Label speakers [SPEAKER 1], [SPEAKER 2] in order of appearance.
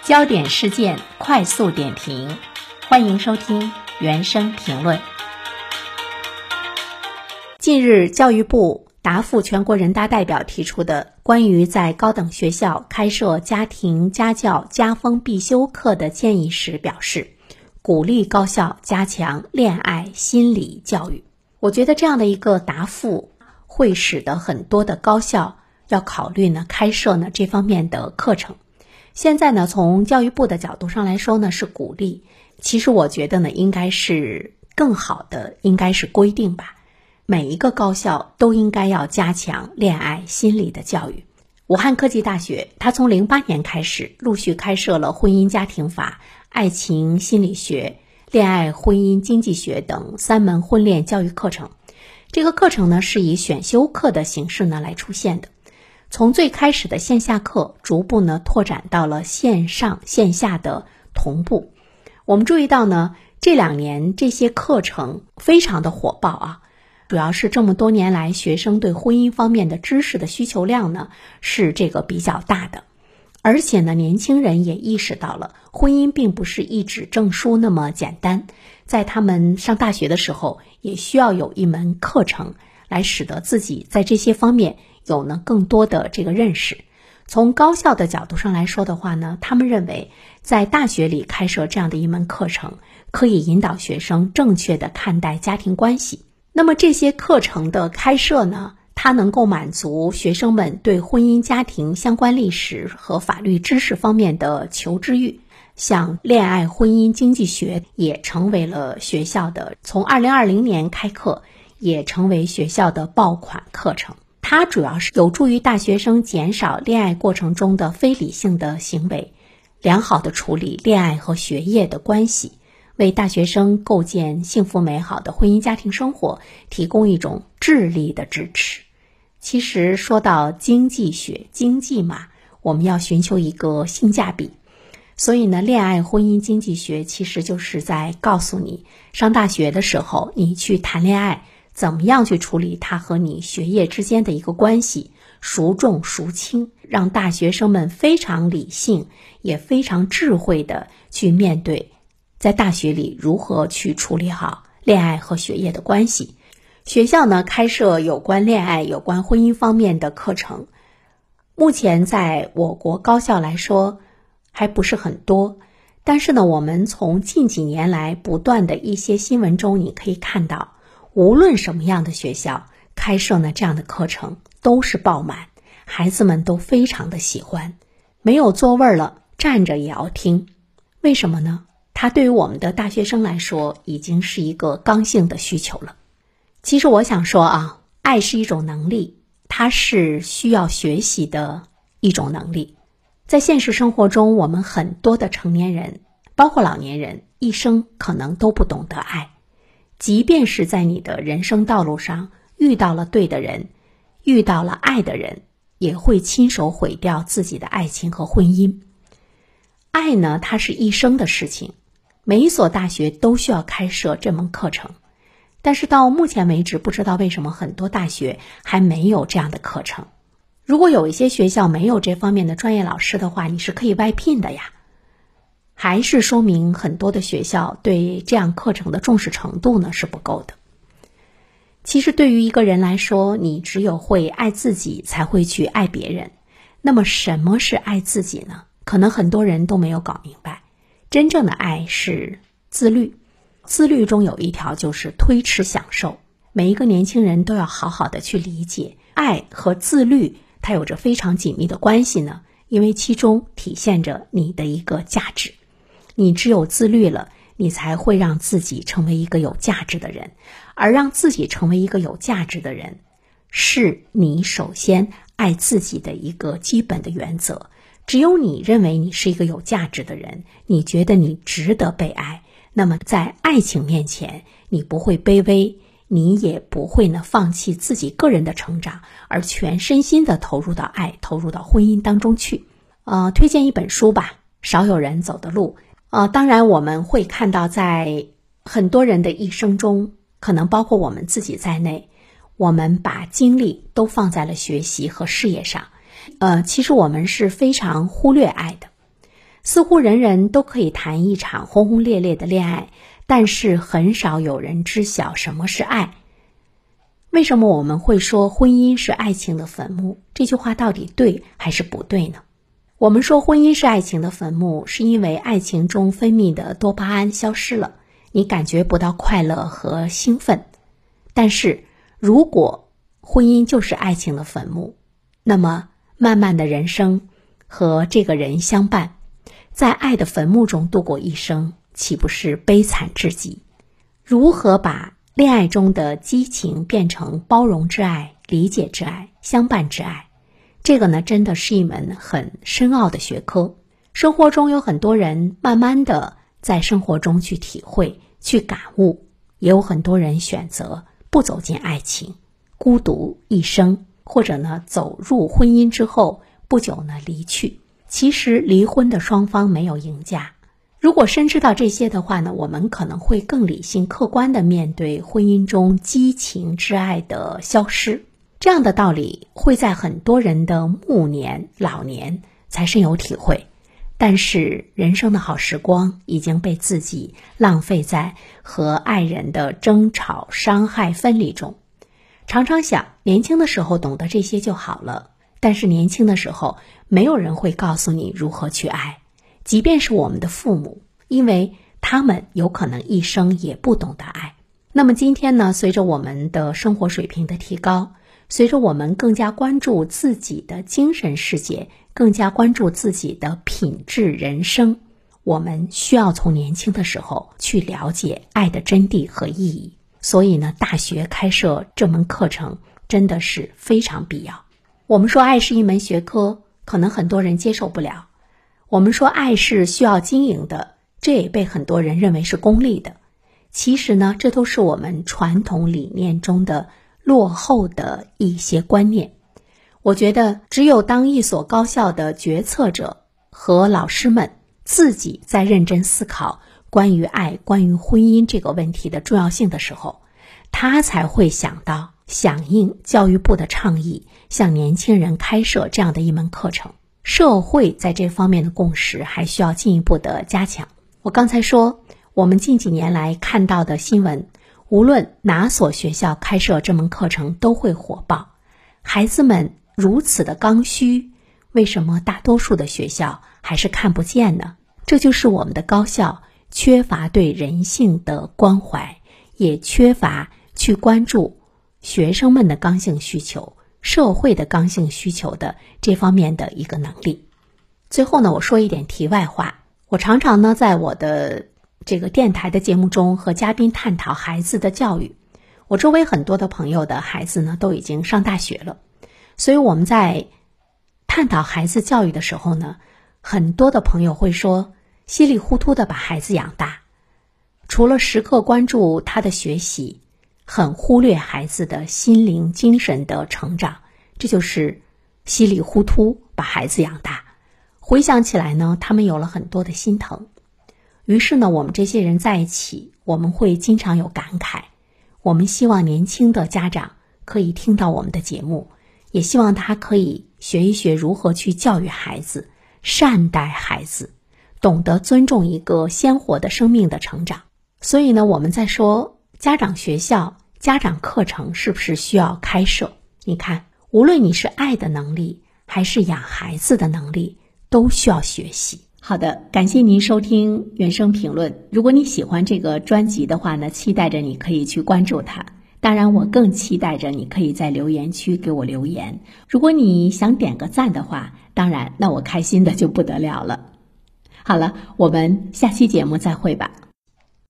[SPEAKER 1] 焦点事件快速点评，欢迎收听原声评论。近日，教育部答复全国人大代表提出的关于在高等学校开设家庭家教家风必修课的建议时表示，鼓励高校加强恋爱心理教育。我觉得这样的一个答复会使得很多的高校要考虑开设这方面的课程。现在从教育部的角度上来说是鼓励，其实我觉得应该是更好的，应该是规定吧。每一个高校都应该要加强恋爱心理的教育。武汉科技大学它从08年开始陆续开设了婚姻家庭法、爱情心理学、恋爱婚姻经济学等3门婚恋教育课程。这个课程是以选修课的形式来出现的。从最开始的线下课逐步拓展到了线上线下的同步。我们注意到这2年这些课程非常的火爆主要是这么多年来学生对婚姻方面的知识的需求量是这个比较大的。而且年轻人也意识到了婚姻并不是一纸证书那么简单，在他们上大学的时候也需要有一门课程来使得自己在这些方面有更多的这个认识。从高校的角度上来说的话他们认为在大学里开设这样的一门课程，可以引导学生正确的看待家庭关系。那么这些课程的开设它能够满足学生们对婚姻家庭相关历史和法律知识方面的求知欲。像恋爱婚姻经济学也成为了学校的，从2020年开课也成为学校的爆款课程。它主要是有助于大学生减少恋爱过程中的非理性的行为，良好的处理恋爱和学业的关系，为大学生构建幸福美好的婚姻家庭生活提供一种智力的支持。其实说到经济学，经济嘛，我们要寻求一个性价比。所以恋爱婚姻经济学其实就是在告诉你，上大学的时候你去谈恋爱，怎么样去处理它和你学业之间的一个关系，孰重孰轻，让大学生们非常理性也非常智慧的去面对在大学里如何去处理好恋爱和学业的关系。学校开设有关恋爱有关婚姻方面的课程，目前在我国高校来说还不是很多，但是我们从近几年来不断的一些新闻中你可以看到，无论什么样的学校开设这样的课程都是爆满，孩子们都非常的喜欢，没有座位了站着也要听。为什么呢？它对于我们的大学生来说已经是一个刚性的需求了。其实我想说爱是一种能力，它是需要学习的一种能力。在现实生活中，我们很多的成年人包括老年人一生可能都不懂得爱，即便是在你的人生道路上遇到了对的人，遇到了爱的人，也会亲手毁掉自己的爱情和婚姻。爱它是一生的事情，每一所大学都需要开设这门课程，但是到目前为止，不知道为什么很多大学还没有这样的课程。如果有一些学校没有这方面的专业老师的话，你是可以外聘的呀。还是说明很多的学校对这样课程的重视程度是不够的。其实对于一个人来说，你只有会爱自己才会去爱别人。那么什么是爱自己呢？可能很多人都没有搞明白。真正的爱是自律，自律中有一条就是推迟享受。每一个年轻人都要好好的去理解，爱和自律它有着非常紧密的关系因为其中体现着你的一个价值。你只有自律了，你才会让自己成为一个有价值的人，而让自己成为一个有价值的人，是你首先爱自己的一个基本的原则。只有你认为你是一个有价值的人，你觉得你值得被爱，那么在爱情面前，你不会卑微，你也不会放弃自己个人的成长，而全身心的投入到爱，投入到婚姻当中去。推荐一本书吧，少有人走的路。当然我们会看到在很多人的一生中，可能包括我们自己在内，我们把精力都放在了学习和事业上。其实我们是非常忽略爱的。 似乎人人都可以谈一场轰轰烈烈的恋爱，但是很少有人知晓什么是爱。为什么我们会说婚姻是爱情的坟墓？这句话到底对还是不对呢？我们说婚姻是爱情的坟墓，是因为爱情中分泌的多巴胺消失了，你感觉不到快乐和兴奋。但是如果婚姻就是爱情的坟墓，那么漫漫的人生和这个人相伴，在爱的坟墓中度过一生，岂不是悲惨至极？如何把恋爱中的激情变成包容之爱、理解之爱、相伴之爱，这个呢，真的是一门很深奥的学科。生活中有很多人慢慢的在生活中去体会、去感悟，也有很多人选择不走进爱情，孤独一生，或者呢走入婚姻之后不久呢离去。其实离婚的双方没有赢家。如果深知道这些的话呢，我们可能会更理性客观地面对婚姻中激情之爱的消失。这样的道理会在很多人的暮年、老年才深有体会，但是人生的好时光已经被自己浪费在和爱人的争吵、伤害、分离中。常常想，年轻的时候懂得这些就好了，但是年轻的时候没有人会告诉你如何去爱，即便是我们的父母，因为他们有可能一生也不懂得爱。那么今天呢，随着我们的生活水平的提高，随着我们更加关注自己的精神世界，更加关注自己的品质人生，我们需要从年轻的时候去了解爱的真谛和意义。所以呢，大学开设这门课程真的是非常必要。我们说爱是一门学科，可能很多人接受不了。我们说爱是需要经营的，这也被很多人认为是功利的。其实呢，这都是我们传统理念中的落后的一些观念。我觉得只有当一所高校的决策者和老师们自己在认真思考关于爱、关于婚姻这个问题的重要性的时候，他才会想到响应教育部的倡议，向年轻人开设这样的一门课程。社会在这方面的共识还需要进一步的加强。我刚才说，我们近几年来看到的新闻，无论哪所学校开设这门课程都会火爆。孩子们如此的刚需，为什么大多数的学校还是看不见呢？这就是我们的高校缺乏对人性的关怀，也缺乏去关注学生们的刚性需求、社会的刚性需求的这方面的一个能力。最后呢，我说一点题外话。我常常呢在我的这个电台的节目中和嘉宾探讨孩子的教育。我周围很多的朋友的孩子呢都已经上大学了，所以我们在探讨孩子教育的时候呢，很多的朋友会说，稀里糊涂的把孩子养大，除了时刻关注他的学习，很忽略孩子的心灵精神的成长，这就是稀里糊涂把孩子养大。回想起来呢，他们有了很多的心疼。于是呢，我们这些人在一起，我们会经常有感慨。我们希望年轻的家长可以听到我们的节目，也希望他可以学一学如何去教育孩子，善待孩子，懂得尊重一个鲜活的生命的成长。所以呢，我们在说家长学校、家长课程是不是需要开设？你看，无论你是爱的能力还是养孩子的能力，都需要学习。好的，感谢您收听原声评论。如果你喜欢这个专辑的话呢，期待着你可以去关注它。当然，我更期待着你可以在留言区给我留言。如果你想点个赞的话，当然，那我开心的就不得了了。好了，我们下期节目再会吧。